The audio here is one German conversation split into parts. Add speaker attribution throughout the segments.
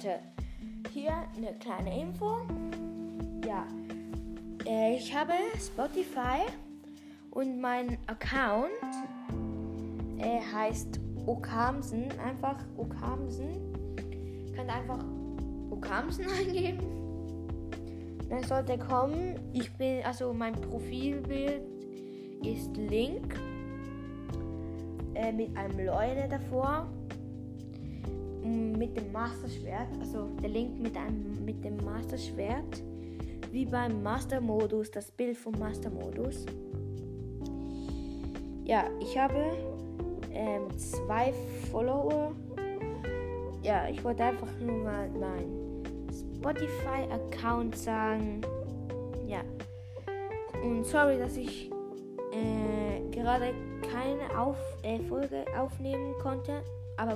Speaker 1: Leute, hier eine kleine Info. Ja, ich habe Spotify und mein Account heißt Okamsen, einfach Okamsen. Könnt einfach Okamsen eingeben. Dann sollte kommen. Mein Profilbild ist Link mit einem Leune davor. Mit dem Master-Schwert, also der Link mit dem Master-Schwert, wie beim Master-Modus, das Bild vom Master-Modus. Ja, ich habe 2 Follower. Ja, ich wollte einfach nur mal meinen Spotify-Account sagen. Ja, und sorry, dass ich gerade keine Folge aufnehmen konnte, aber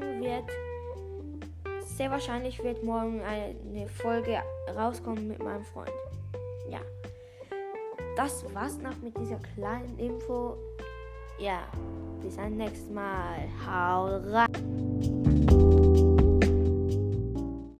Speaker 1: sehr wahrscheinlich wird morgen eine Folge rauskommen mit meinem Freund. Ja, das war's noch mit dieser kleinen Info. Ja, bis ein nächstes Mal. Hau rein!